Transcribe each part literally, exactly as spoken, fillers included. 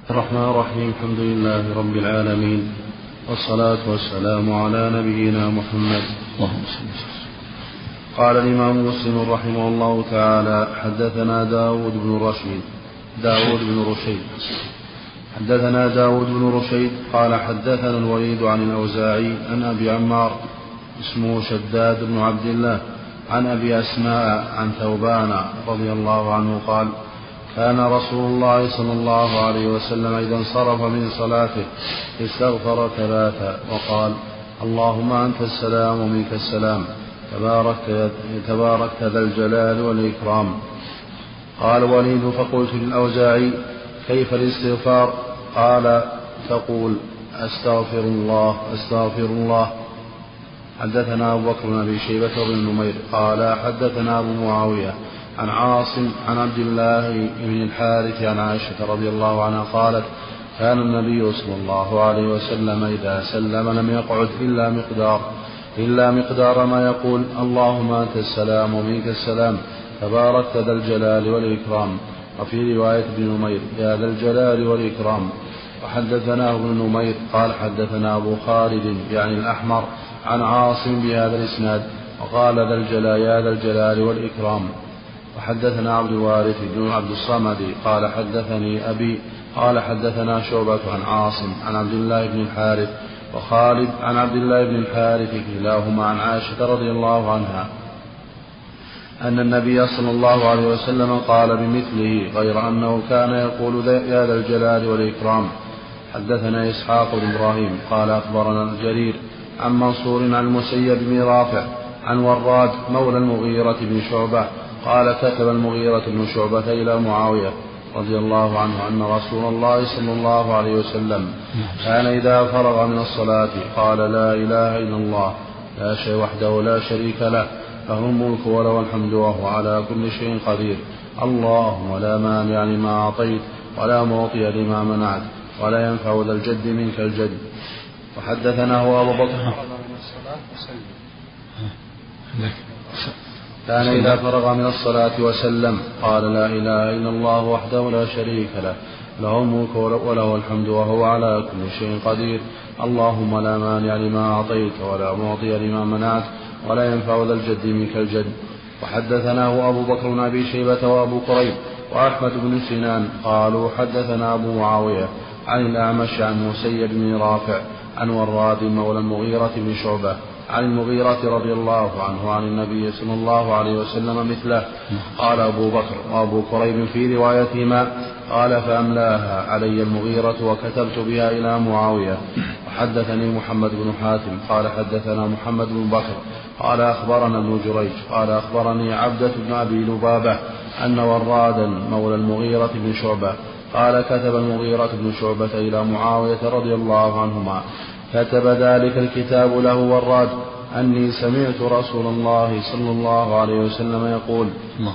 الرحمن الرحيم. الحمد لله رب العالمين، والصلاة والسلام على نبينا محمد. قال الإمام مسلم رحمه الله تعالى: حدثنا داود بن رشيد داود بن رشيد حدثنا داود بن رشيد قال حدثنا الوليد عن الأوزاعي عن أبي عمار اسمه شداد بن عبد الله عن أبي أسماء عن ثوبان رضي الله عنه قال: كان رسول الله صلى الله عليه وسلم إذا انصرف من صلاته استغفر ثلاثا وقال: اللهم أنت السلام ومنك السلام تباركت تباركت ذا الجلال والإكرام. قال الوليد: فقلت للأوزاعي: كيف الاستغفار؟ قال: تقول أستغفر الله أستغفر الله. حدثنا أبو بكر بن أبي شيبة بن نمير قال حدثنا أبو معاوية عن عاصم عن عبد الله بن الحارث عن عائشة رضي الله عنها قالت: كان النبي صلى الله عليه وسلم إذا سلم لم يقعد إلا مقدار إلا مقدار ما يقول: اللهم أنت السلام ومنك السلام تباركت ذا الجلال والإكرام. وفي رواية ابن نمير: يا ذا الجلال والإكرام. وحدثناه ابن نمير قال حدثنا أبو خالد يعني الأحمر عن عاصم بهذا الإسناد وقال: ذا الجلال يا ذا الجلال والإكرام. وحدثنا عبد الوارث بن عبد الصمد قال حدثني أبي قال حدثنا شعبة عن عاصم عن عبد الله بن الحارث وخالد عن عبد الله بن الحارث كلاهما عن عائشة رضي الله عنها أن النبي صلى الله عليه وسلم قال بمثله غير أنه كان يقول: يا ذا الجلال والإكرام. حدثنا إسحاق بن إبراهيم قال أخبرنا الجرير عن منصور عن المسيب بن رافع عن وراد مولى المغيرة بن شعبة قال: كتب المغيرة بن شعبة إلى معاوية رضي الله عنه أن رسول الله صلى الله عليه وسلم كان إذا فرغ من الصلاة قال: لا إله إلا الله لا شيء وحده لا شريك له له الملك وله الحمد وهو على كل شيء قدير. اللهم لا مانع لما أعطيت ولا معطي لما منعت ولا ينفع ذا الجد منك الجد. وحدثناه أبو بكر كان إذا فرغ من الصلاة وسلم قال: لا إله إلا الله وحده لا شريك له له الملك وله الحمد وهو على كل شيء قدير. اللهم لا مانع لما أعطيت ولا معطي لما منعت ولا ينفع ذا الجد منك الجد. وحدثناه أبو بكر بن أبي شيبة وأبو كريب وأحمد بن سنان قالوا حدثنا أبو معاوية عن الأعمش عن مسيب بن رافع عن وراد مولى المغيرة بن شعبة عن المغيرة رضي الله عنه عن النبي صلى الله عليه وسلم مثله. قال أبو بكر وأبو كريب في روايتهما قال: فأملاها علي المغيرة وكتبت بها إلى معاوية. وحدثني محمد بن حاتم قال حدثنا محمد بن بكر قال أخبرنا ابن جريج قال أخبرني عبدة بن أبي لبابة أن ورادا مولى المغيرة بن شعبة قال: كتب المغيرة بن شعبة إلى معاوية رضي الله عنهما كتب ذلك الكتاب له وراد أني سمعت رسول الله صلى الله عليه وسلم يقول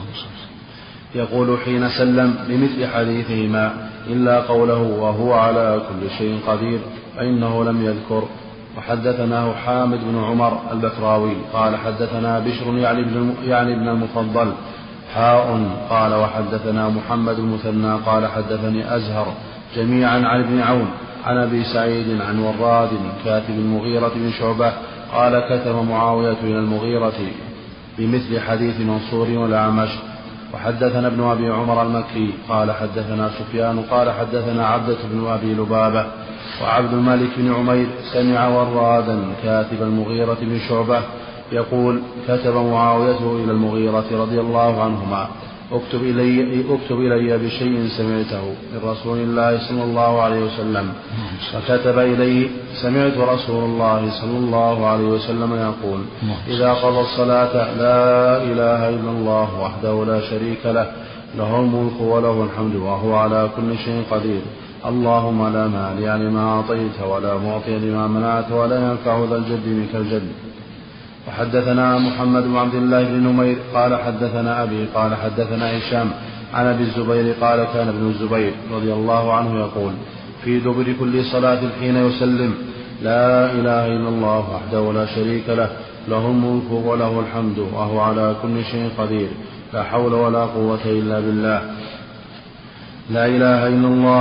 يقول حين سلم بمثل حديثهما إلا قوله: وهو على كل شيء قدير، فإنه لم يذكر. وحدثناه حامد بن عمر البكراوي قال حدثنا بشر يعني ابن المفضل حاء قال وحدثنا محمد المثنى قال حدثني أزهر جميعا عن ابن عون عن أبي سعيد عن وراد كاتب المغيرة بن شعبة قال: كتب معاوية إلى المغيرة بمثل حديث منصور والأعمش. وحدثنا ابن أبي عمر المكي قال حدثنا سفيان قال حدثنا عبدة بن أبي لبابة وعبد الملك بن عمير سمع ورادا كاتب المغيرة بن شعبة يقول: كتب معاوية إلى المغيرة رضي الله عنهما: اكتب إلي, اكتب إلي بشيء سمعته من رسول الله صلى الله عليه وسلم. فكتب إليه: سمعت رسول الله صلى الله عليه وسلم يقول: إذا قضى الصلاة لا إله إلا الله وحده لا شريك له له الملك وله الحمد وهو على كل شيء قدير. اللهم لا مانع لما أعطيت ولا معطي لما منعت ولا ينفع ذا الجد منك الجد. وحدثنا محمد بن عبد الله بن نمير قال حدثنا أبي قال حدثنا هشام عن أبي الزبير قال: كان ابن الزبير رضي الله عنه يقول في دبر كل صلاة حين يسلم: لا إله إلا الله وحده لا شريك له له الملك وله الحمد وهو على كل شيء قدير، لا حول ولا قوة إلا بالله. لا إله إلا الله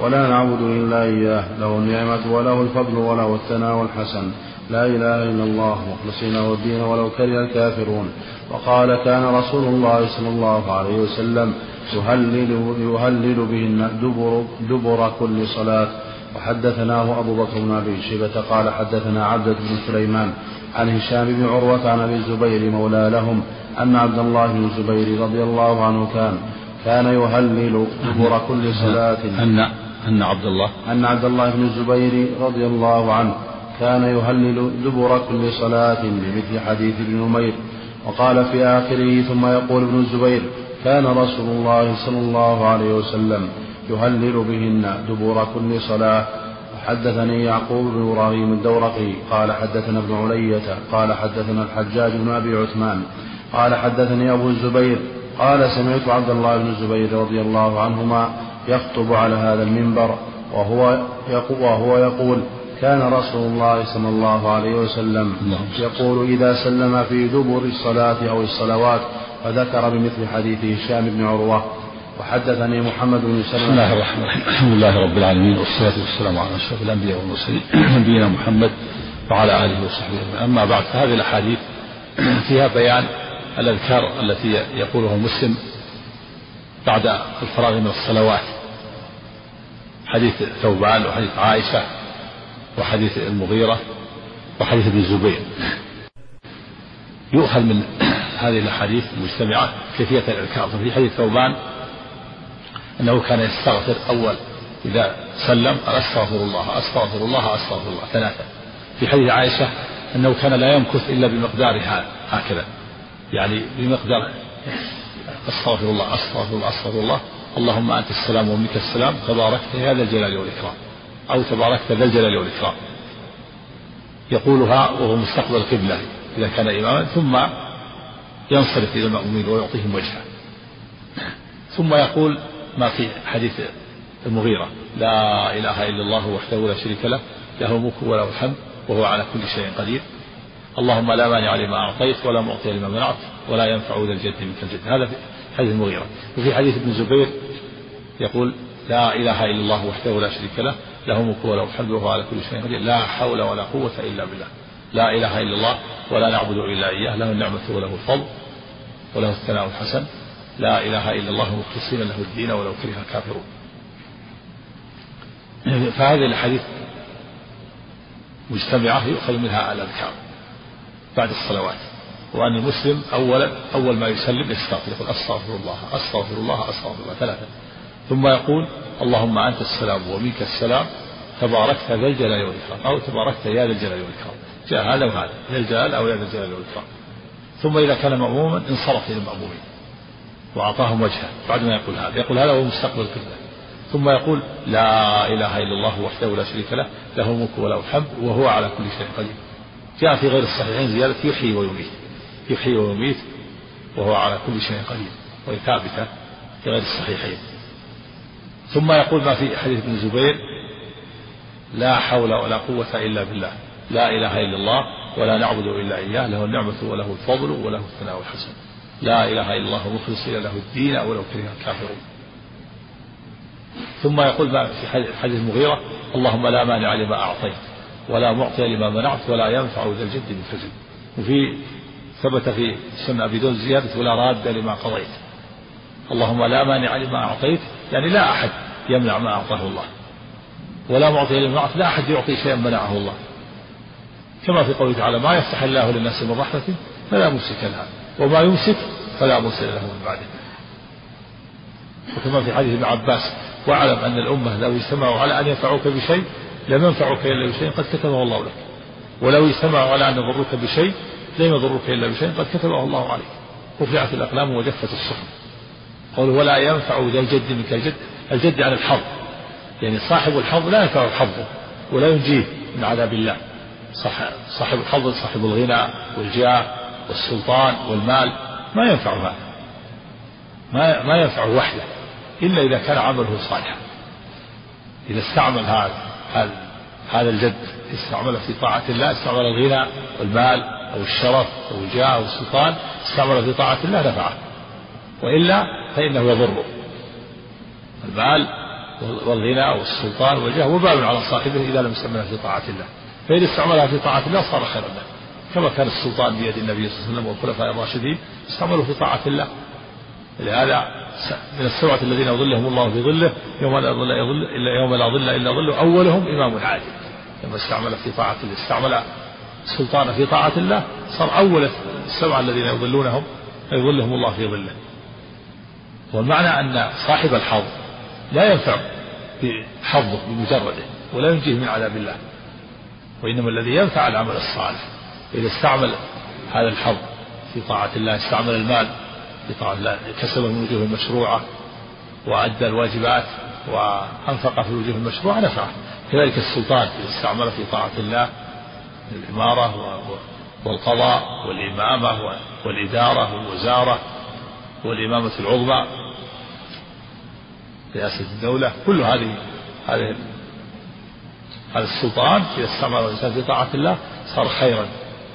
ولا نعبد إلا إياه له النعمة وله الفضل وله الثناء الحسن لا إله إلا الله مخلصين له الدين ولو كره الكافرون. وقال كان رسول الله صلى الله عليه وسلم يهلل, يهلل بهن دبر, دبر كل صلاة. وحدثناه أبو بكر بن أبي شيبة قال حدثنا عبدة بن سليمان عن هشام بن عروة عن أبي الزبير مولى لهم أن عبد الله بن الزبير رضي الله عنه كان كان يهلل دبر كل صلاة أن أن عبد الله أن عبد الله بن الزبير رضي الله عنه كان يهلل دبر كل صلاة بمثل حديث ابن نمير. وقال في آخره ثم يقول ابن الزبير كان رسول الله صلى الله عليه وسلم يهلل بهن دبر كل صلاة. وحدثني يعقوب بن إبراهيم الدورقي قال حدثنا ابن علية قال حدثنا الحجاج بن أبي عثمان قال حدثني أبو الزبير قال سمعت عبد الله بن الزبير رضي الله عنهما يخطب على هذا المنبر وهو يقول, وهو يقول كان رسول الله صلى الله عليه وسلم يقول إذا سلم في دبر الصلاة أو الصلوات فذكر بمثل حديث هشام بن عروة. وحدثني محمد بن سلمة. بسم الله الرحمن الرحيم الحمد لله رب العالمين والصلاة والسلام على أشرف الأنبياء والمرسلين نبينا محمد وعلى آله وصحبه أجمعين. أما بعد فهذه الأحاديث فيها بيان الأذكار التي يقولها المسلم بعد الفراغ من الصلوات، حديث ثوبان وحديث عائشة وحديث المغيرة وحديث ابن الزبير. يؤخذ من هذه الأحاديث المجتمعة كيفية الإذكار. ففي حديث ثوبان أنه كان يستغفر أول إذا سلم قال أستغفر الله أستغفر الله أستغفر الله ثلاثة. في حديث عائشة أنه كان لا يمكث إلا بمقدار هكذا، يعني بمقدار أستغفر الله أستغفر الله أستغفر الله اللهم أنت السلام ومنك السلام تباركت يا ذا الجلال والإكرام، أو تباركت ذا الجلال والإكرام. يقولها وهو مستقبل القبلة إذا كان إماما، ثم ينصرف إلى المأمومين ويعطيهم وجهه، ثم يقول ما في حديث المغيرة لا إله إلا الله وحده لا شريك له له الملك وله الحمد وهو على كل شيء قدير اللهم لا مانع لما أعطيت ولا معطي لما منعت ولا ينفع ذا الجد منك الجد. هذا في حديث المغيرة. وفي حديث ابن الزبير يقول لا إله إلا الله وحده لا شريك له له الملك وله الحمد وهو على كل شيء قدير لا حول ولا قوة إلا بالله لا إله إلا الله ولا نعبد إلا إياه له النعمة وله الفضل وله الثناء الحسن لا إله إلا الله مخلصين له الدين ولو كره الكافرون. فهذه الحديث مجتمعة يؤخذ منها الأذكار بعد الصلوات، وأن المسلم أولا أول ما يسلم يستغفر يقول أستغفر الله أستغفر الله أستغفر الله ثلاثة، ثم يقول اللهم أنت السلام ومنك السلام تباركت ذا الجلال والإكرام، أو تباركت يا ذا الجلال والإكرام، جاء هذا وهذا ذا الجلال أو يا ذا الجلال والإكرام. ثم إذا كان مأموما انصرف إلى المأمومين وأعطاهم وجهه بعد ما يقول هذا، يقول هذا هو مستقبل القبلة، ثم يقول لا إله إلا الله وحده لا شريك له له الملك وله الحمد وهو على كل شيء قدير. جاء في غير الصحيحين زيادة يحيي ويميت يحيي ويميت وهو على كل شيء قدير، وهي ثابتة في غير الصحيحين. ثم يقول ما في حديث ابن الزبير لا حول ولا قوة إلا بالله لا إله إلا الله ولا نعبد إلا إياه له النعمة وله الفضل وله الثناء الحسن لا إله إلا الله مخلصين له الدين ولو كره الكافرون. ثم يقول ما في حديث المغيرة اللهم لا مانع لما أعطيت ولا معطي لما منعت ولا ينفع ذا الجد منك الجد. وفي ثبت في سنة أبي داود زيادة ولا راد لما قضيت. اللهم لا مانع لما أعطيت يعني لا أحد يمنع ما أعطاه الله، ولا معطي لما منعت لا أحد يعطي شيئا منعه الله، كما في قوله تعالى ما يفتح الله للناس من رحمة فلا ممسك لها وما يمسك فلا مرسل له من بعده. وكما في حديث ابن عباس واعلم أن الأمة لو اجتمعوا على أن ينفعوك بشيء لم ينفعوك إلا بشيء قد كتبه الله لك، ولو اجتمعوا على أن يضروك بشيء لم يضروك إلا بشيء قد كتبه الله عليك. رفعت الأقلام وجفت الصحف. قالوا ولا ينفع ذا الجد منك الجد، الجد عن الحظ، يعني صاحب الحظ لا ينفع حظه ولا ينجيه من عذاب الله. صاحب الحظ صاحب الغنى والجاه والسلطان والمال ما ينفع هذا، ما ما ينفع وحده إلا إذا كان عمله صالحا. إذا استعمل هذا هذا هذا الجد استعمله في طاعة الله، استعمل الغنى والمال أو الشرف أو الجاه أو السلطان استعمله في طاعة الله نفعه، وإلا فإنه يضره. المال والغنى والسلطان والجاه وبال على صاحبه إذا لم يستعملها في طاعة الله، فإذا استعملها في طاعة الله صار خيرا له، كما كان السلطان بيد النبي صلى الله عليه وسلم والخلفاء الراشدين استعملوا في طاعة الله. لهذا من السبعة الذين يظلهم الله في ظله يوم لا ظل إلا يوم لا ظل إلا ظله أولهم إمام عادل، لما استعمل في طاعة الله استعمل السلطان في طاعة الله صار أول السبعة الذين يظلونهم يظلهم الله في ظله. والمعنى أن صاحب الحظ لا ينفع بحظه بمجرده ولا ينجيه من عذاب الله، وإنما الذي ينفع العمل الصالح إذا استعمل هذا الحظ في طاعة الله، استعمل المال في طاعة الله، كسبه من الوجوه المشروعة وأدى الواجبات وأنفق في الوجوه المشروعة نفعه. كذلك السلطان إذا استعمل في طاعة الله الإمارة والقضاء والإمامة والإدارة والوزارة والإمامة العظمى رئاسة الدولة، كل هذه هذه هذا السلطان إذا استعمل الإنسان في طاعة الله صار خيرا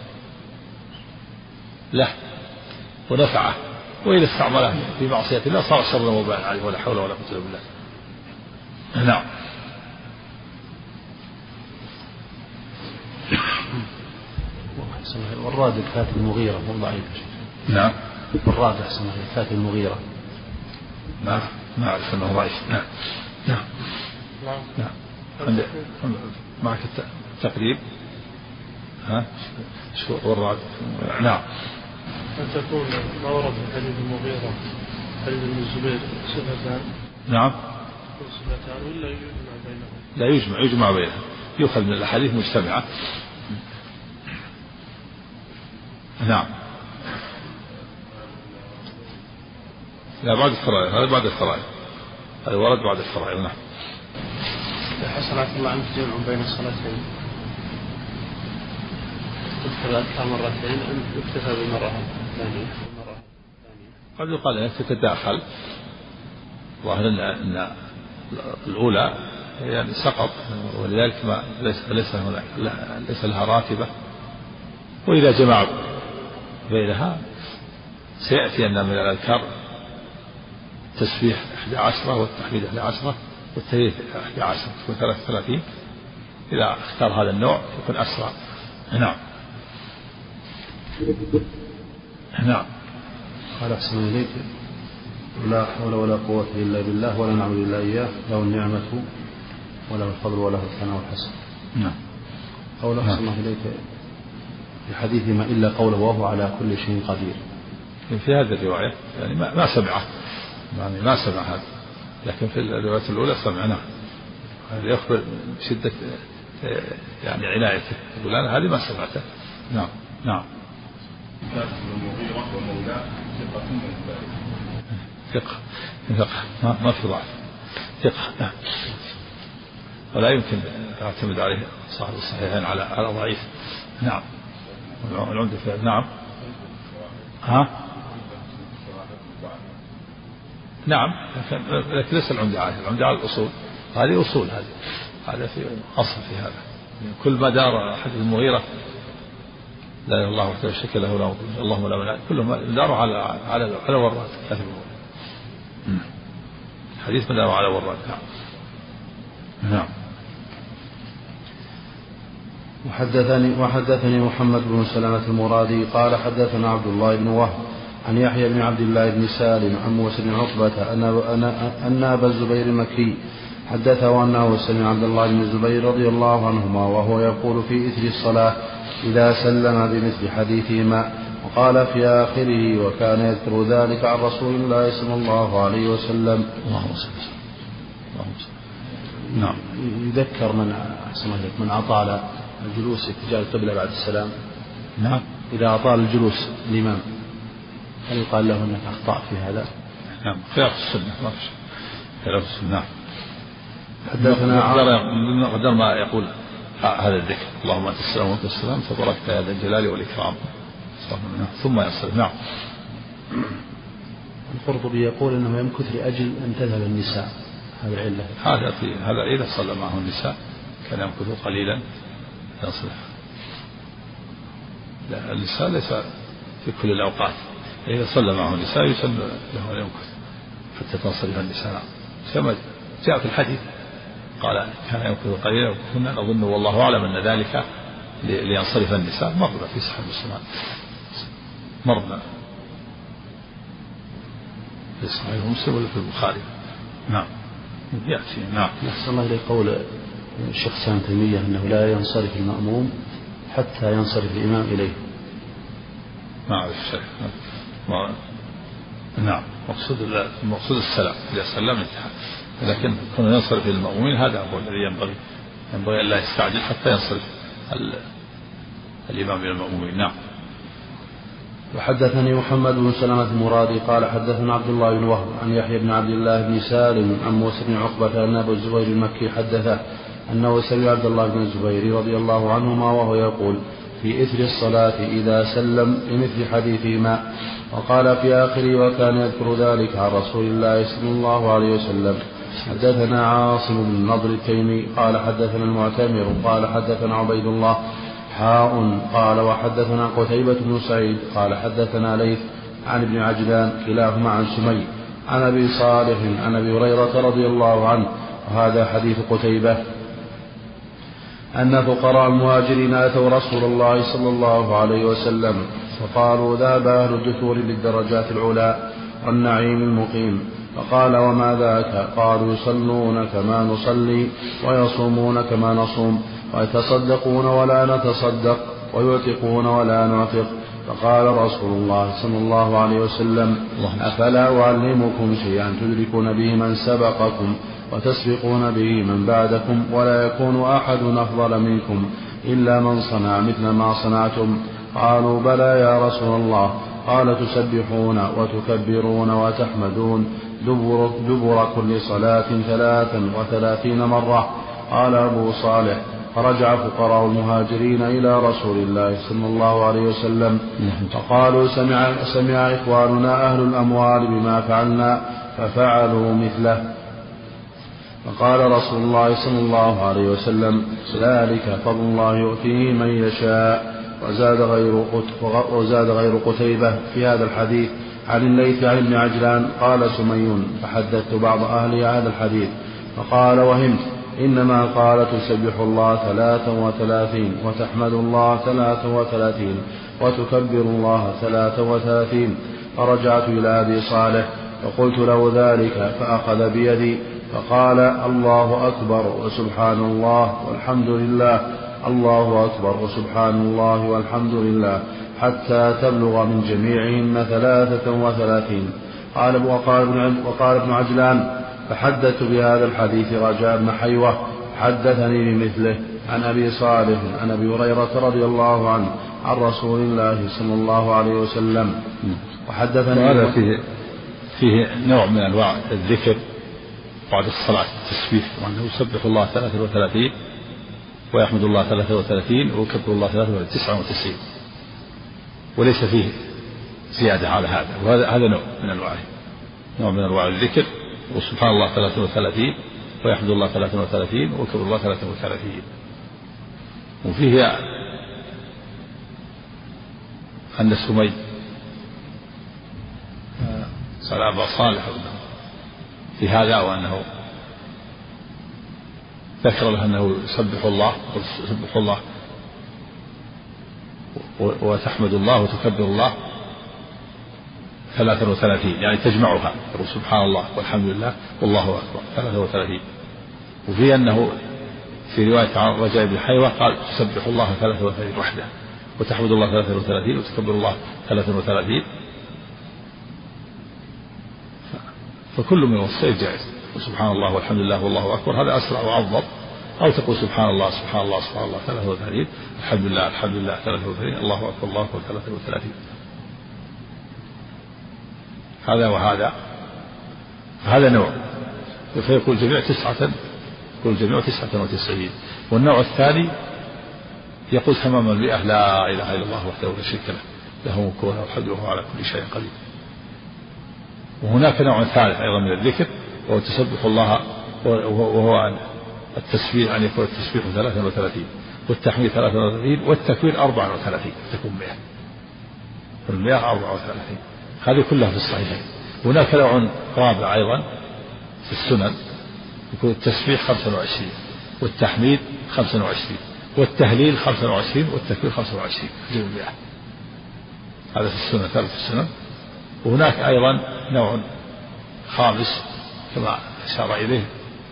له ونفعه، وإذا استعمله في معصية الله صار شرا وبالا عليه ولا حول ولا قوة إلا بالله. نعم. والراد فات المغيرة مو ضعيف. نعم. والراد أحسن فات المغيرة. نعم. ما أعرف أنه ضعيف. نعم. نعم. نعم. عند معك التقريب. ها؟ شو والراد؟ نعم. أن تكون ما ورد في حديث المغيرة حديث ابن الزبير صفتان. نعم. صفتان ولا يجمع بينهم؟ لا يجمع يجمع بينهم، يؤخذ من الأحاديث مجتمعة. نعم. لا بعد الفرائض، هذا بعد الفرائض، هذا ورد بعد الفرائض. نعم. حسنات الله عنك جمع بين الصلاتين، تكتب أذكار مرتين أم يكتفى بالمرة الثانية؟ قد يقال أنك تتداخل، ظاهر أن الأولى يعني سقط ولذلك ما ليس ليس هناك ليس لها راتبة، وإذا جمع بينها سيأتي أن من الأذكار تسبيح إحدى عشرة والتحميد إحدى عشرة والتهليل إحدى عشرة تكون ثلاثة وثلاثين. إذا اختار هذا النوع يكون أسرع. نعم. نعم. قال أحسن إليك لا حول ولا قوة إلا بالله ولا نعبد إلا إياه له النعمة وله الفضل وله الثناء والحسن. نعم. قول أحسن الله إليك في حديث ما إلا قوله وهو على كل شيء قدير. في هذه الرواية يعني ما, ما سمعه يعني ما سمع هذا، لكن في الرواية الأولى سمعنا هذا يخبر بشدة يعني عنايته، يقول أنا هذه ما سمعته. نعم. نعم. المغيرة ومولاه ثقة من ثقة ثقة ما, ما في ضعف، ثقة. نعم. ولا يمكن تعتمد عليه صاحب الصحيحين على على ضعيف. نعم. العمدة في نعم. ها. نعم. لكن ليس العمدة عليه، العمدة على الأصول، هذه أصول، هذه هذا في أصل في هذا. كل ما دار حديث المغيرة لا اله الا الله وحده لا شريك له له اللهم لا اله كلهم داروا على على على ورات كاتب حديث داروا على ورات. نعم. نعم. وحدثني وحدثني محمد بن سلمة المرادي قال حدثنا عبد الله بن وهب عن يحيى بن عبد الله بن سالم عن موسى بن عقبة أن أن أبا الزبير المكي حدثه أنه سمع عبد الله بن الزبير رضي الله عنهما وهو يقول في إثر الصلاة إذا سلم بمثل حديثهما، وقال في آخره وكان يذكر ذلك عن رسول الله صلى الله عليه وسلم. اللهم صل وسلم. نعم. يذكر من أحسن عليك من أطال الجلوس اتجاه القبلة بعد السلام. نعم. إذا أطال الجلوس الإمام هل يقال له أنك أخطأ في هذا؟ نعم. خلاف السنة ما فيش خلاف السنة. نعم. حدثنا من قدر ما يقول هذا الذكر اللهم أنت السلام وأنت السلام تباركت يا ذا الجلال والإكرام ثم يصل. نعم. القرطبي يقول أنه يمكث لأجل أن تذهب النساء، هذا العلة. هذا في هذا إذا صلى معه النساء كان يمكث قليلا يصلح. لا النساء ليس في كل الأوقات، إذا صلى معه النساء يسن له أن يمكث حتى تصل النساء كما جاء في الحديث قال كان ينقذ قليلا وكنا نظن والله أعلم أن ذلك لينصرف النساء. مرنا في صحيح مسلم، مرنا في صحيح مسلم ولا في البخاري. نعم يأتي. نعم. نحسن الله إليه قول الشيخ سام تيمية أنه لا ينصرف المأموم حتى ينصرف الإمام إليه. ما أعرف شيء. نعم مقصود المقصود السلام إذا سلم انتهى، لكن كون ينصرف المأمومين هذا هو الذي ينبغي ينبغي أن لا يستعجل حتى ينصرف الإمام إلى المأمومين. نعم. وحدثني محمد بن سلمة المرادي قال حدثنا عبد الله بن وهب عن يحيى بن عبد الله بن سالم عن موسى بن عقبة أن أبا الزبير المكي حدثه أنه سمع عبد الله بن الزبير رضي الله عنهما وهو يقول في إثر الصلاة إذا سلم بمثل حديثهما، وقال في آخره وكان يذكر ذلك عن رسول الله صلى الله عليه وسلم. حدثنا عاصم بن النضر التيمي قال حدثنا المعتمر قال حدثنا عبيد الله حاء قال وحدثنا قتيبة بن سعيد قال حدثنا ليث عن ابن عجلان كلاهما عن سمي عن أبي صالح عن أبي هريرة رضي الله عنه. وهذا حديث قتيبة أن فقراء المهاجرين أتوا رسول الله صلى الله عليه وسلم فقالوا ذهب أهل الدثور بالدرجات العلى والنعيم المقيم، فقال وما ذاك؟ قالوا يصلون كما نصلي ويصومون كما نصوم ويتصدقون ولا نتصدق ويعتقون ولا نعتق. فقال رسول الله صلى الله عليه وسلم أفلا أعلمكم شيئا تدركون به من سبقكم وتسبقون به من بعدكم ولا يكون أحد أفضل منكم إلا من صنع مثل ما صنعتم؟ قالوا بلى يا رسول الله. قال تسبحون وتكبرون وتحمدون دبر, دبر كل صلاة ثلاثا وثلاثين مرة. قال أبو صالح فرجع فقراء المهاجرين إلى رسول الله صلى الله عليه وسلم فقالوا سمع, سمع إخواننا أهل الأموال بما فعلنا ففعلوا مثله. فقال رسول الله صلى الله عليه وسلم ذلك فضل الله يؤتيه من يشاء. وزاد غير, وزاد غير قتيبة في هذا الحديث عن الليث عن ابن عجلان قال سمي فحدثت بعض أهل هذا الحديث فقال وهمت إنما قال تسبح الله ثلاثا وثلاثين وتحمد الله ثلاثا وثلاثين وتكبر الله ثلاثا وثلاثين. فرجعت إلى أبي صالح فقلت له ذلك فأخذ بيدي فقال الله أكبر وسبحان الله والحمد لله الله أكبر وسبحان الله والحمد لله حتى تبلغ من جميعهن ثلاثة وثلاثين. قال وقال ابن عجلان فحدثت بهذا الحديث رجاء بن حيوة حدثني بمثله عن أبي صالح عن أبي هريرة رضي الله عنه عن رسول الله صلى الله عليه وسلم. وحدثني وهذا فيه, فيه نوع من أنواع الذكر بعد الصلاة التسبيح، وأنه يسبح الله ثلاثة وثلاثين ويحمد الله ثلاثة وثلاثين ويكبر الله ثلاثة وتسعة وتسعين، وليس فيه زيادة على هذا. وهذا هذا نوع من أنواع نوع من أنواع الذكر، وسبحان الله ثلاثة وثلاثين ويحمد الله ثلاثة وثلاثين ويكبر الله ثلاثة وثلاثين. وفيه أن سمي سأل أبا صالح في هذا، وأنه ذكر له أنه يسبح الله ويسبح الله وتحمد الله وتكبر الله ثلاثة وثلاثين، يعني تجمعها سبحان الله والحمد لله والله أكبر ثلاثة وثلاثين. وفي أنه في رواية عن رجاء بن حيوة قال تسبح الله ثلاثة وثلاثين وحده وتحمد الله ثلاثة وثلاثين وتكبر الله ثلاثة وثلاثين. فكل من وصفين جائز، وسبحان الله والحمد لله والله أكبر هذا أسرع وأضبط، أو تقول سبحان الله سبحان الله سبحان الله ثلاثة وثلاثين، الحمد لله الحمد لله ثلاثة وثلاثين، الله أكبر الله أكبر ثلاثة وثلاثين. هذا وهذا هذا نوع، فيقول جميع تسعة يقول جميع تسعة وتسعين. والنوع الثاني يقول تمام المئة لا إله إلا الله وحده لا شريك له له ملك وله الحمد وهو على كل شيء قدير. وهناك نوع ثالث أيضا من الذكر وهو تسبح الله، وهو التسبيح أن يكون التسبيح ثلاثة وثلاثين والتحميد ثلاثة وثلاثين والتكبير أربعة وثلاثين تكون مئة، والمئة أربعة وثلاثين. هذه كلها في الصحيحين. هناك نوع رابع أيضا في السنن يكون التسبيح خمسة وعشرين والتحميد خمسة وعشرين والتهليل خمسة وعشرين والتكبير خمسة وعشرين يجب المئة. هذا في السنة ثالث السنة. وهناك أيضا نوع خامس كما أشار إليه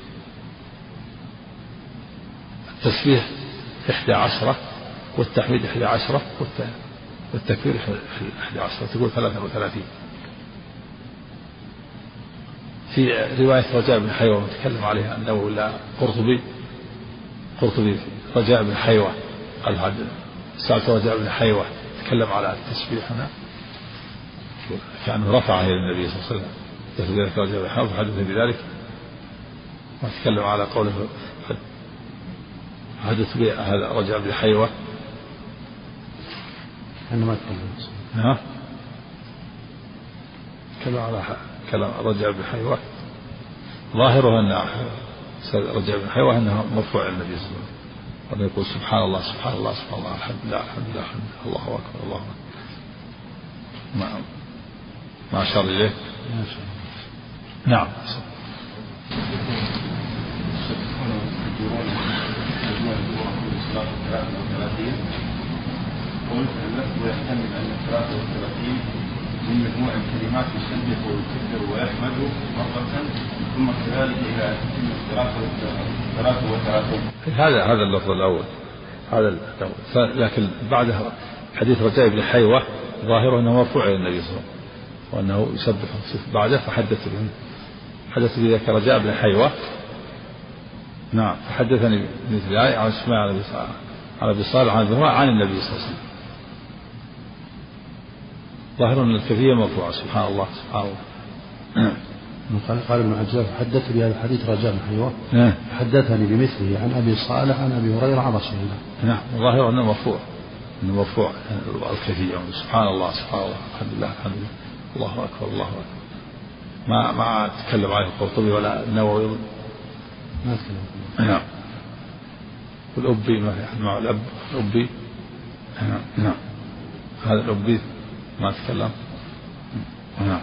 التسبيح إحدى عشرة والتحميد إحدى عشرة والتكبير إحدى عشرة تقول ثلاثة وثلاثين. في رواية رجاء بن حيوة متكلم عليها أنه لا قرطبي قرطبي رجاء بن حيوة قال هذا سألت رجاء بن حيوة تكلم على التسبيح هنا كأنه رفعه إلى النبي صلى الله عليه وسلم. ذلك رجاء بن حيوة فحدثني بذلك وتكلم على قوله حدث به هذا رجاء بن حيوة أنا ما أتكلم. ها كلام على كلام رجاء بن حيوة ظاهره أن رجاء بن حيوة أنه مرفوع النبي صلى الله عليه وسلم وأنه يقول سبحان الله سبحان الله سبحان الله الحمد لله الحمد لله الحمد لله الله أكبر الله أكبر ما ما أشار إليه. نعم. قلت اللفظ يحتمل أن ثلاثة وثلاثين من مجموع الكلمات يسبح ويكبر ويحمد مرة ثم كذلك إلى تتم ثلاثة وثلاثين. هذا هذا اللفظ الأول هذا الأول. لكن بعدها حديث رجاء بن حيوة ظاهره أنه مرفوع إلى النبي صلى الله عليه وسلم وأنه يسبح بعده فحدث به حدث به ذاك رجاء بن حيوة. نعم فحدثني مثل ذلك عن اسماعيل عن أبي صالح عن أبي صالح عن النبي صلى الله عليه وسلم. ظاهر أن الكيفية مرفوعة سبحان الله سبحان الله. قال قال ابن عجاج حدثت بهذا الحديث رجاء بن حيوة حدثني بمثله عن أبي صالح عن أبي هريرة عن رسول الله. نعم ظاهر أنه مرفوع أنه مرفوع الكيفية سبحان الله سبحان الله الحمد لله الحمد لله الله أكبر الله أكبر. ما ما تكلم عليه القرطبي ولا النووي ما تكلم. نعم. والأبي مع الأب الأبي نعم نعم هذا الأبي ما تكلم. نعم.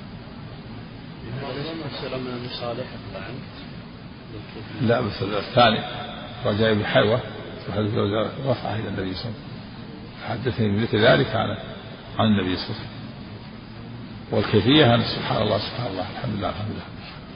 لا بس الثاني رجاء بن حيوة رفعه إلى النبي صلى الله عليه وسلم حدثني بمثل ذلك عن عن النبي صلى الله عليه وسلم. والكيفية أن سبحان الله سبحان الله الحمد لله الحمد لله.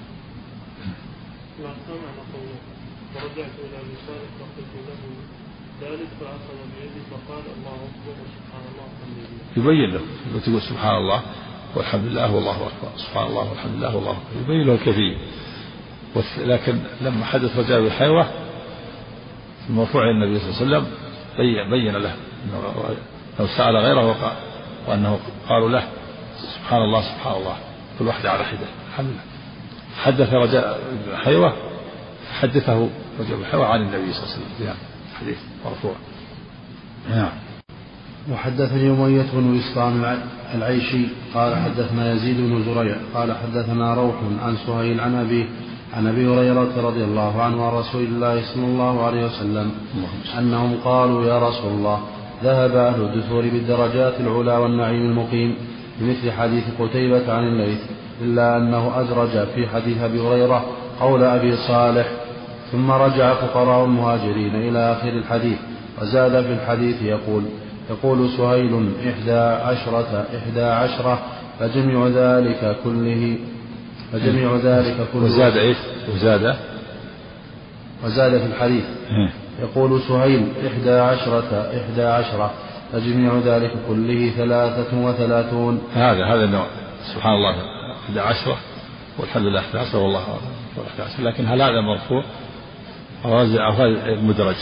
ورجعت إلى أبي صالح فقلت له ذلك فأخذ بيدي فقال الله أكبر سبحان الله والحمد لله. يبين له وتقول سبحان الله والحمد لله والله أكبر سبحان الله والحمد لله والله أكبر يبين له الكيفية. لكن لما حدث رجاء بن حيوة المرفوع إلى النبي صلى الله عليه وسلم بين له لو سأل غيره وقال وأنه قالوا له سبحان الله سبحان الله كل واحد على حدة الحمد لله. حدث رجاء بن حيوة حدثه رجاء بن حيوة عن النبي صلى الله عليه وسلم حديث مرفوع. نعم. وحدثني أمية بن بسطام العيشي قال حدثنا يزيد بن زريع قال حدثنا روح عن سهيل عن أبيه عن أبي هريرة رضي الله عنه عن رسول الله صلى الله عليه وسلم أنهم قالوا يا رسول الله ذهب أهل الدثور بالدرجات العلى والنعيم المقيم بمثل حديث قتيبة عن الليث إلا أنه أدرج في حديث أبي هريرة قول أبي صالح ثم رجع فقراء المهاجرين إلى آخر الحديث وزاد في الحديث يقول يقول سهيل إحدى عشرة إحدى عشرة فجميع ذلك كله فجميع ذلك كله وزاد إيش وزاد وزاد في الحديث يقول سهيل إحدى عشرة إحدى عشرة فجميع ذلك كله ثلاثة وثلاثون. هذا هذا النوع سبحان الله إحدى عشرة والحمد لله إحدى عشرة والله إحدى عشرة. لكن هل هذا مرفوع أو هذا مدرج؟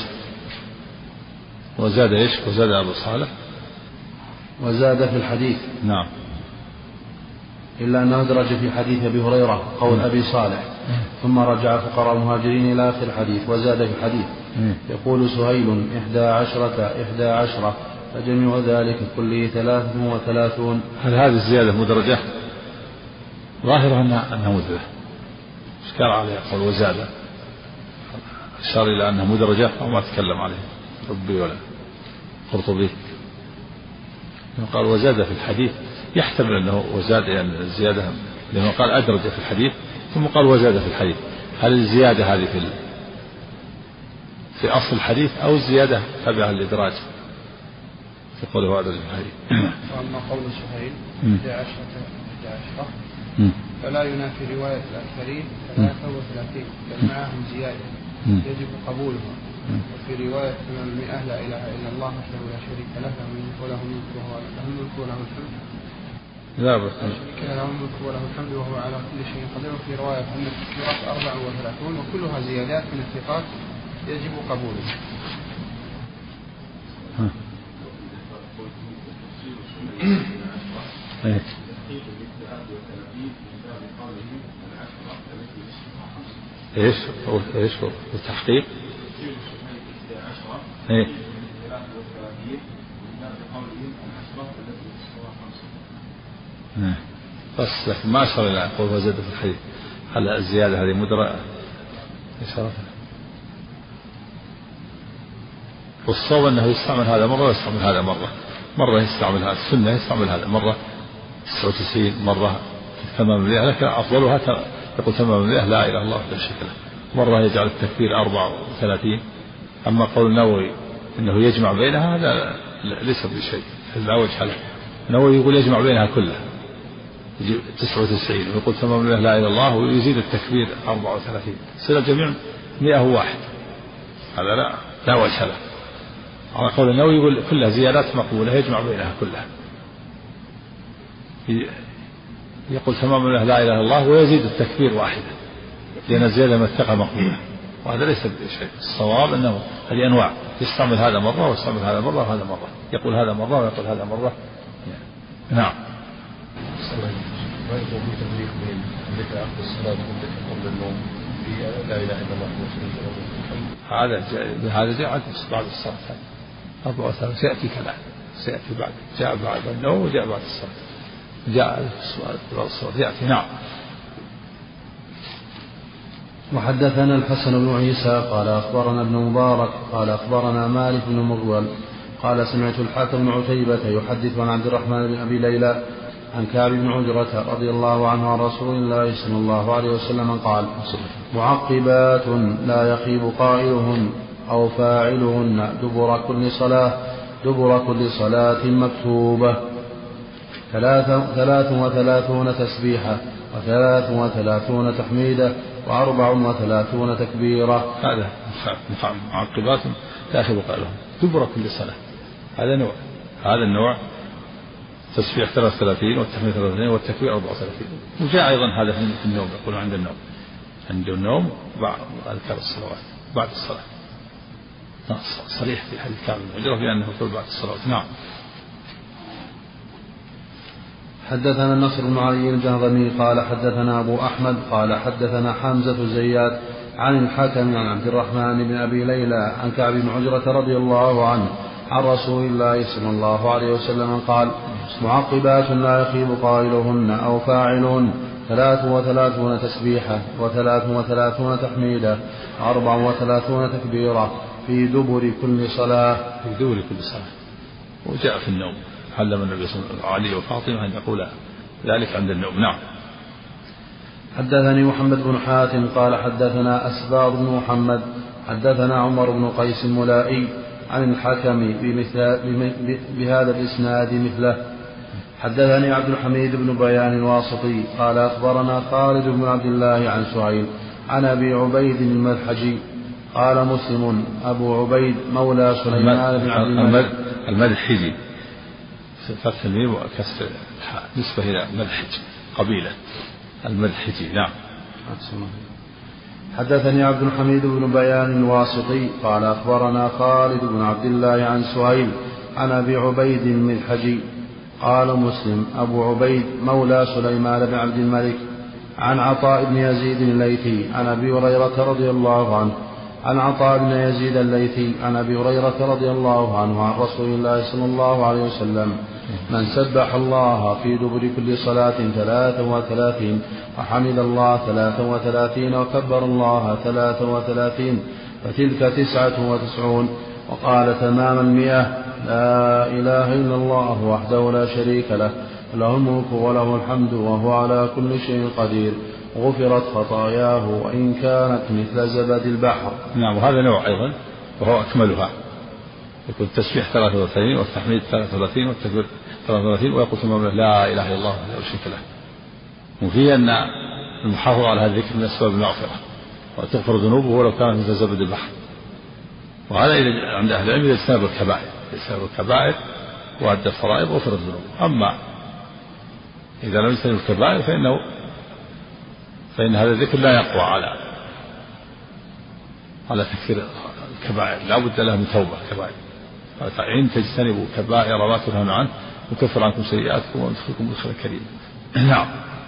وزاد إيش وزاد أبو صالح وزاد في الحديث نعم إلا أنه درج في حديث أبي هريرة قول أبي صالح ثم رجع فقراء المهاجرين إلى آخر الحديث وزاد في الحديث يقول سهيل إحدى عشرة إحدى عشرة فجميع ذلك كله ثلاثة وثلاثون. هل هذه الزيادة مدرجة؟ ظاهرها أنها مدرجة إشكال عليه قول وزاد أشار إلى أنها مدرجة أو ما تكلم عليه ربي ولا قرطبي قال وزاد في الحديث يحتمل أنه وزاد يعني الزيادة لأنه قال أدرج في الحديث ثم قال وزاد في الحديث هل الزيادة هذه في في أصل الحديث أو الزيادة تبع الإدراج في قوله هذا الحديث؟ وأما قول سهيل إحدى عشرة إحدى عشرة فلا ينافي رواية الأكثرين ثلاثة وثلاثين بل معهم زيادة يجب قبولها. وفي رواية من المئة لا إله إلا الله وحده لا شريك له له الملك وله الملك وله الحمد لا بس له الملك وله الحمد وهو على كل شيء قدير. وفي رواية أن التكبيرات أربع وثلاثون وكلها زيادات من الثقات يجب قبولها. ايش ايش التحقيق؟ ايه بس لكن ما أشار إلى قول وزاد في الحديث. هل الزيادة هذه مدرة إشارة؟ والصواب أنه يستعمل هذا مرة ويستعمل هذا مرة. مرة يستعمل هذا السنة يستعمل هذا مرة تسعة وتسعين مرة ثمان مئة لكن أفضلها يقول ثمان مئة لا إله إلا الله وحده لا شريك له. مرة يجعل التكبير أربعة وثلاثين. أما قول النووي أنه يجمع بينها هذا ليس بشيء لا وجه له. النووي يقول يجمع بينها كلها تسعة وتسعين ويقول ثمان مئة لا إله إلا الله ويزيد التكبير أربعة وثلاثين يصير الجميع مئة وواحد. هذا لا لا وجه له. على قول النووي يقول كلها زيادات مقبولة يجمع بينها كلها. يقول ثمان مئة لا إله إلا الله ويزيد التكبير واحدة لأن الزيادة متفقة مقبولة وهذا ليس بشيء. الصواب أنه هذه أنواع يستعمل هذا مرة ويستعمل هذا مرة وهذا مرة يقول هذا مرة ويقول هذا مرة. نعم. ما يكون في تفريق بين ذكر عقد الصلاة وذكر قبل النوم في لا إله إلا الله وحده لا شريك له. هذا هذا جاء بعد الصلاة أربعة وثلاثين سيأتي كلام سيأتي بعد جاء بعد النوم وجاء بعد الصلاة جاء بعد الصلاة يأتي. نعم. وحدثنا الحسن بن عيسى قال أخبرنا ابن مبارك قال أخبرنا مالك بن مغول قال سمعت الحاكم بن عتيبة يحدث عن عبد الرحمن بن أبي ليلى عن كعب بن عجرة رضي الله عنه عن رسول الله صلى الله عليه وسلم قال معقبات لا يخيب قائلهن أو فاعلهن دبر كل صلاة دبر كل صلاة مكتوبة ثلاث, ثلاث وثلاثون تسبيحة وثلاث وثلاثون تحميدة وأربع وثلاثون تكبيرة. هذا معقبات لا يخيب قائلهن دبر كل صلاة. هذا نوع هذا النوع تسبيح ثلاث وثلاثين والتحميد ثلاث وثلاثين والتكبير أربع وثلاثين. وجاء أيضا هذا في النوم يقول عند النوم عند النوم بعد أذكار الصلوات بعد الصلاة. صريح في حديث كعب بن عجرة بأنه يقول بعد الصلوات. نعم. حدثنا النصر بن علي الجهضمي قال حدثنا أبو أحمد قال حدثنا حمزة الزيات عن الحكم عن عبد الرحمن بن أبي ليلى عن كعب بن عجرة رضي الله عنه عن رسول الله صلى الله عليه وسلم قال معقبات لا يخيب قائلهن أو فاعلهن ثلاث وثلاثون تسبيحة وثلاث وثلاثون تحميدة أربع وثلاثون تكبيرة في دبر كل صلاة في دبر كل صلاة. وجاء في النوم علم النبي صلى الله عليه وسلم علي وفاطمة أن يقول ذلك عند النوم. نعم. حدثني محمد بن حاتم قال حدثنا أسباط بن محمد حدثنا عمر بن قيس الملائي عن الحكم بمثل بهذا الإسناد مثله. حدثني عبد الحميد بن بيان الواسطي قال أخبرنا خالد بن عبد الله عن سهيل عن أبي عبيد الملحجي قال مسلم أبو عبيد مولى سليمان بن عبد الملك الملحجي فتح الميم وكسر الحاء نسبة إلى ملحج قبيلة الملحجي. نعم. حدثني عبد الحميد بن بيان الواسطي قال أخبرنا خالد بن عبد الله عن سهيل عن أبي عبيد الملحجي قال مسلم أبو عبيد مولى سليمان بن عبد الملك عن عطاء بن يزيد الليثي عن أبي هريرة رضي الله عنه عن عطاء بن يزيد الليثي عن أبي هريرة رضي الله عنه عن رسول الله صلى الله عليه وسلم من سبح الله في دبر كل صلاة ثلاثا وثلاثين وحمد الله ثلاثا وثلاثين وكبر الله ثلاثا وثلاثين فتلك تسعة وتسعون وقال تمام المئة لا إله إلا الله وحده لا شريك له له الملك وله الحمد وهو على كل شيء قدير غفرت خطاياه وإن كانت مثل زبد البحر. نعم. وهذا نوع أيضا وهو أكملها، يكون التسبيح ثلاثة وثلاثين والتحميد ثلاثة وثلاثين والتكبير ثلاثة وثلاثين ويقول ثم لا إله إلا الله لا شريك له. وفيه أن المحافظة على هذا الذكر من أسباب المغفرة وتغفر ذنوبه ولو كانت مثل زبد البحر. وهذا عند أهل العلم إذا اجتنب الكبائر، اجتنب الكبائر وأدى الفرائض وغفر الذنوب. أما إذا لم يجتنب الكبائر فإنه فإن هذا الذكر لا يقوى على على تكفير الكبائر، لا بد له من توبة كبائر. إن تجتنبوا كبائر ما تنهون عنه نكفر عنكم سيئاتكم وندخلكم مدخلا كريما. نعم.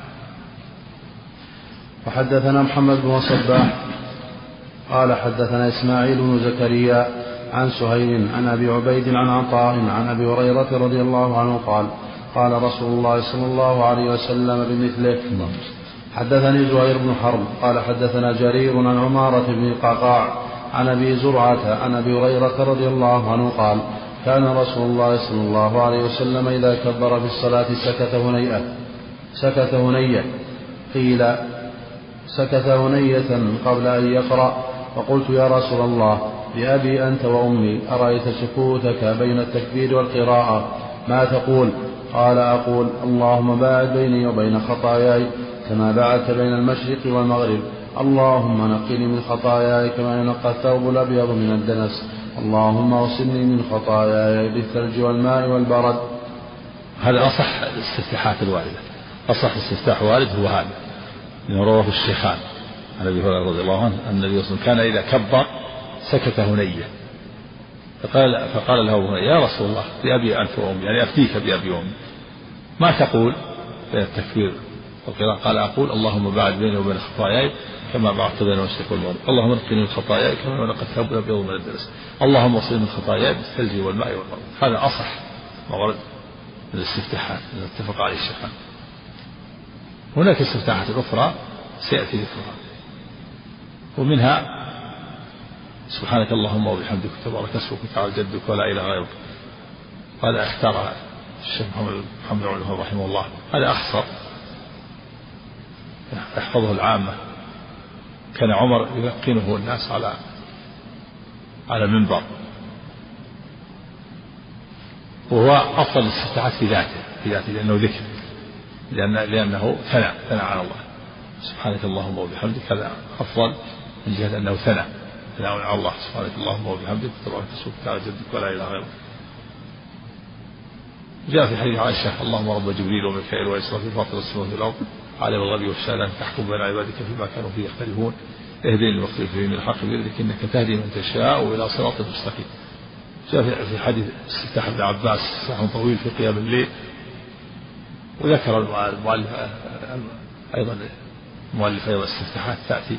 وحدثنا محمد بن صباح قال حدثنا إسماعيل بن زكريا عن سهيل عن أبي عبيد عن عطاء عن أبي هريرة رضي الله عنه قال قال رسول الله صلى الله عليه وسلم بمثله. حدثني زهير بن حرب قال حدثنا جرير عن عمارة بن القعقاع عن أبي زرعة عن أبي هريرة رضي الله عنه قال كان رسول الله صلى الله عليه وسلم إذا كبر في الصلاة سكت هنيئة سكت هنية قيل سكت هنية قبل أن يقرأ، فقلت يا رسول الله بأبي أنت وأمي أرأيت سكوتك بين التكبير والقراءة ما تقول؟ قال أقول اللهم باعد بيني وبين خطاياي كما باعدت بين المشرق والمغرب، اللهم نقني من خطاياي كما ينقى الثوب الأبيض من الدنس، اللهم اغسلني من خطاياي بالثلج والماء والبرد. هذا أصح الاستفتاحات الواردة، أصح استفتاح وارد هو هذا من رواه الشيخان عن أبي هريرة رضي الله عنه أن النبي صلى الله عليه وسلم كان إذا كبر سكت هنية، فقال, فقال له هنية يا رسول الله بأبي أنت وأمي، يعني أفتيك بأبي وأمي ما تقول بين التكبير والقراءة؟ قال أقول اللهم باعد بيني وبين خطاياي كما بعدت بين المشرق والمغرب، اللهم نقني من خطاياي كما ينقى الثوب الأبيض من الدنس، اللهم اغسلني من خطاياي بالثلج والماء والبرد. هذا أصح ما ورد من الاستفتاحات التي اتفق عليه الشيخان. هناك استفتاحات أخرى سيأتي ذكرها، ومنها سبحانك اللهم وبحمدك تبارك اسمك وتعالى جدك ولا إله غيرك. هذا اختار الشيخ محمد محمد بن رحمه الله، هذا أخصر يحفظه العامة. كان عمر يلقنه الناس على على المنبر، وهو أفضل الاستفتاحات في ذاته في ذاته لأنه ذكر، لأن لأنه ثنى ثنى على الله. سبحانك اللهم وبحمدك هذا أفضل من جهة أنه ثنى ثنى على الله. سبحانك اللهم وبحمدك تبارك اسمك وتعالى جدك ولا إله غيرك. جاء في حديث عائشة اللهم رب جبريل وميكائيل وإسرافيل فاطر السماوات والأرض عالم الغيب والشهادة أن تحكم بين عبادك فيما كانوا فيه يختلفون اهدني لما اختلف فيه من الحق بإذنك إنك تهدي من تشاء إلى صراط مستقيم. جاء في حديث استفتاح ابن عباس استفتاح طويل في قيام الليل. وذكر المؤلف أيضا المؤلف أيضا استفتاحات تأتي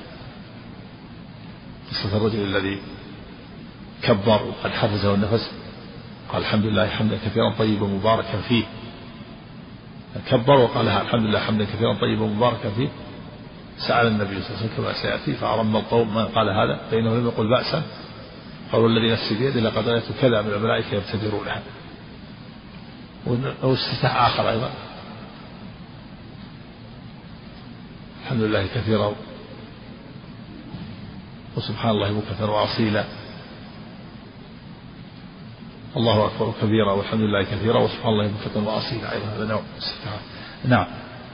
قصة الرجل الذي كبر وقد حفزه النفس قال الحمد لله حمدا كثيرا طيبا مباركا فيه، كبر وقال الحمد لله حمدا كثيرا طيبا مباركا فيه. سأل النبي صلى الله عليه وسلم كما سيأتي فأرم القوم من قال هذا فإنه لم يقل بأسا، قالوا الذي نفسي بيده لقد رأيت كذا من الملائكة يبتدرونها. واستفتاح آخر أيضا الحمد لله كثيرا وسبحان الله بكرة وأصيلا، الله أكبر كبيرا والحمد لله كثيرا وسبحان الله بكرة وأصيلا. أيضا هذا نوع استفتاح. نعم.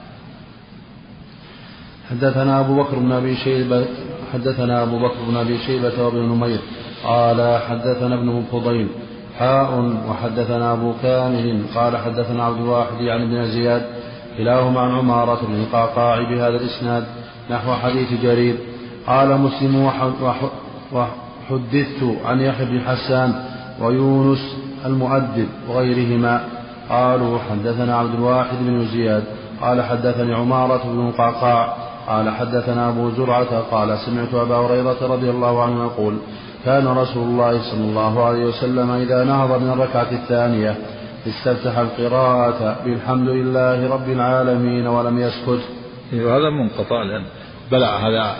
حدثنا أبو بكر بن أبي شيبة حدثنا أبو بكر بن أبي شيبة وابن نمير قال حدثنا ابن فضيل حاء وحدثنا أبو كامل قال حدثنا عبد الواحد عن ابن زياد كلاهما عن عمارة بن القعقاع بهذا الإسناد نحو حديث جرير. قال مسلم وحدثت عن يحيى بن حسان ويونس المؤدب وغيرهما قالوا حدثنا عبد الواحد بن زياد قال حدثني عمارة بن القعقاع قال حدثنا أبو زرعة قال سمعت أبا هريرة رضي الله عنه يقول كان رسول الله صلى الله عليه وسلم إذا نهض من الركعة الثانية استفتح القراءة بالحمد لله رب العالمين ولم يسكت. هذا منقطع لأن بلع هذا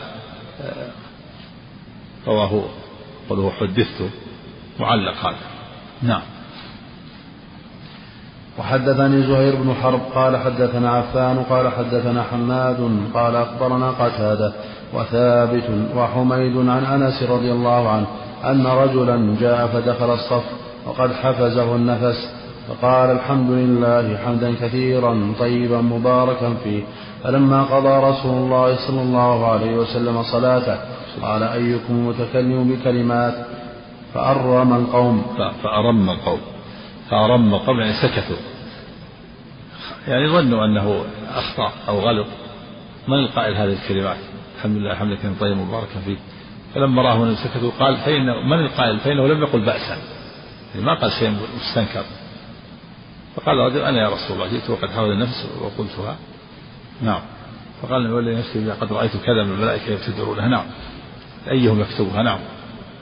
رواه قوله حدثته معلق هذا. نعم. وحدثني زهير بن حرب قال حدثنا عفان قال حدثنا حماد قال أخبرنا قتادة وثابت وحميد عن أنس رضي الله عنه أن رجلا جاء فدخل الصف وقد حفزه النفس فقال الحمد لله حمدا كثيرا طيبا مباركا فيه. فلما قضى رسول الله صلى الله عليه وسلم صلاته قال أيكم متكلم بكلمات فأرم القوم فأرم القوم فأرم القوم يعني سكتوا، يعني ظنوا أنه أخطأ أو غلط. من القائل هذه الكلمات الحمد لله حمدا كثيرا طيبا مباركا فيه؟ فلما راه من سكتوا قال فإنه من القائل فإنه لم يقل بأسا، يعني ما قال شيء مستنكر. فقال رجل أنا يا رسول الله جئت وقد حاول النفس وقلتها. نعم. فقال النبي والذي نفسي بيده قد رأيت كذا من الملائكة يبتدرونها. نعم. أيهم يكتبها؟ نعم.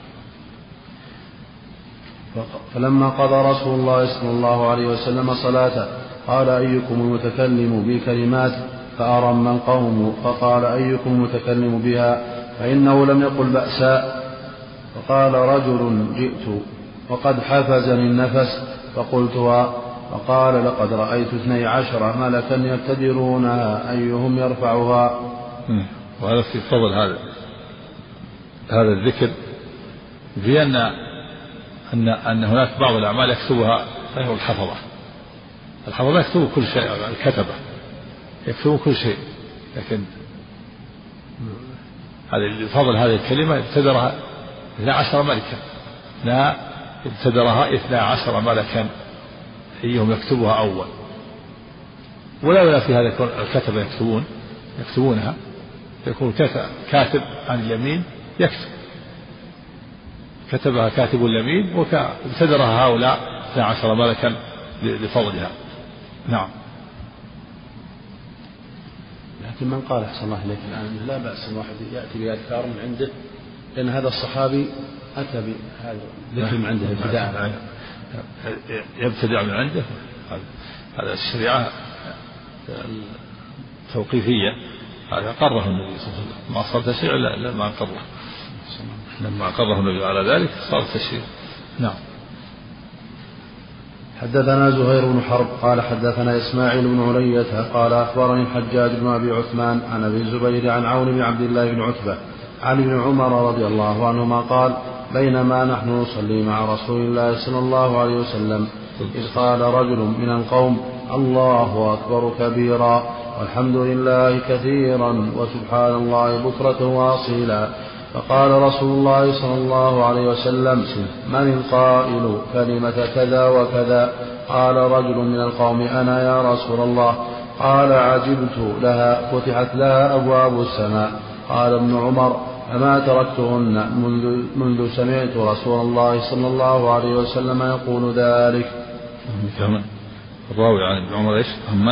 فلما قضى رسول الله صلى الله عليه وسلم صلاته قال أيكم المتكلم بكلمات فأرم القوم فقال أيكم المتكلم بها فإنه لم يقل بأسا. فقال رجل جئت وقد حفزني النفس فقلتها فقال لقد رأيت اثني عشر ملكا يبتدرونها أيهم يرفعها. وهذا في فضل هذا هذا الذكر في أن أن أن هناك بعض الأعمال يكتبها غير الحفظة. الحفظة يكتبوا كل شيء، الكتبة يكتبوا كل شيء، لكن هذا فضل هذه الكلمة ابتدرها اثنا عشر ملكا، لا ابتدرها اثنا عشر ملكا أيهم يكتبها أول. ولا ولا في هذا الكتبة يكتبون يكتبونها، يكون كاتب عن اليمين يكتب، كتبها كاتب اليمين وابتدرها هؤلاء اثنا عشر ملكا لفضلها. نعم. لكن من قال أحسن الله إليك الآن لا بأس الواحد يأتي بأذكار من عنده، لأن هذا الصحابي أتى بهذا ذكر من عنده ابتداء، يبتدع من عنده. هذا الشريعة التوقيفية هذا قره النبي صلى الله عليه وسلم، ما صار تشريع إلا ما قره، لما قره النبي على ذلك صار تشريع. نعم. حدثنا زهير بن حرب قال حدثنا إسماعيل بن علية قال أخبرني الحجاج بن أبي عثمان عن أبي الزبير عن عون بن عبد الله بن عتبة عن ابن عمر رضي الله عنهما قال بينما نحن نصلي مع رسول الله صلى الله عليه وسلم إذ قال رجل من القوم الله أكبر كبيرا والحمد لله كثيرا وسبحان الله بكرة وأصيلا. فقال رسول الله صلى الله عليه وسلم من القائل كلمة كذا وكذا؟ قال رجل من القوم أنا يا رسول الله. قال عجبت لها فتحت لها أبواب السماء. قال ابن عمر فما تركتهن منذ, منذ سمعت رسول الله صلى الله عليه وسلم يقول ذلك. كمان الراوي عن ابن عمر ايش؟ من؟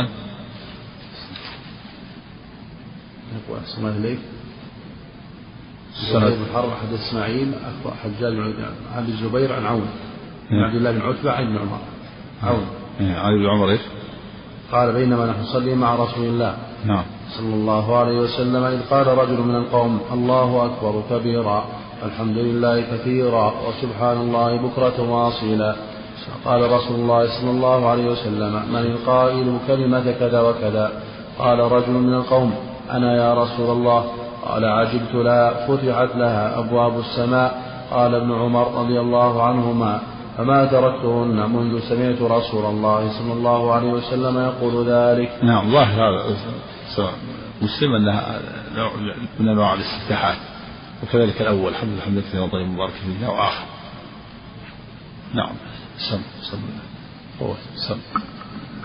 يقول أحسن الله إليك زهير بن حرب حدث إسماعيل أخبر حجاج عن الزبير عن عون بن عبد الله بن عتبة عن ابن عمر. عون عن ابن عمر ايش؟ قال بينما نحن نصلي مع رسول الله نعم صلى الله عليه وسلم إذ قال رجل من القوم الله أكبر كبيرا الحمد لله كثيرا وسبحان الله بكرة وأصيلا. قال رسول الله صلى الله عليه وسلم من القائل كلمة كذا وكذا؟ قال رجل من القوم أنا يا رسول الله. قال عجبت لها فتحت لها أبواب السماء. قال ابن عمر رضي الله عنهما فما تركتهن منذ سمعت رسول الله صلى الله عليه وسلم يقول ذلك. نعم. ظاهر هذا مسلم أنها نوع من أنواع الاستفتاحات، وكذلك الأول الحمد لله الحمد لله طيب مبارك فيه وآخر. نعم. سم سم هو سم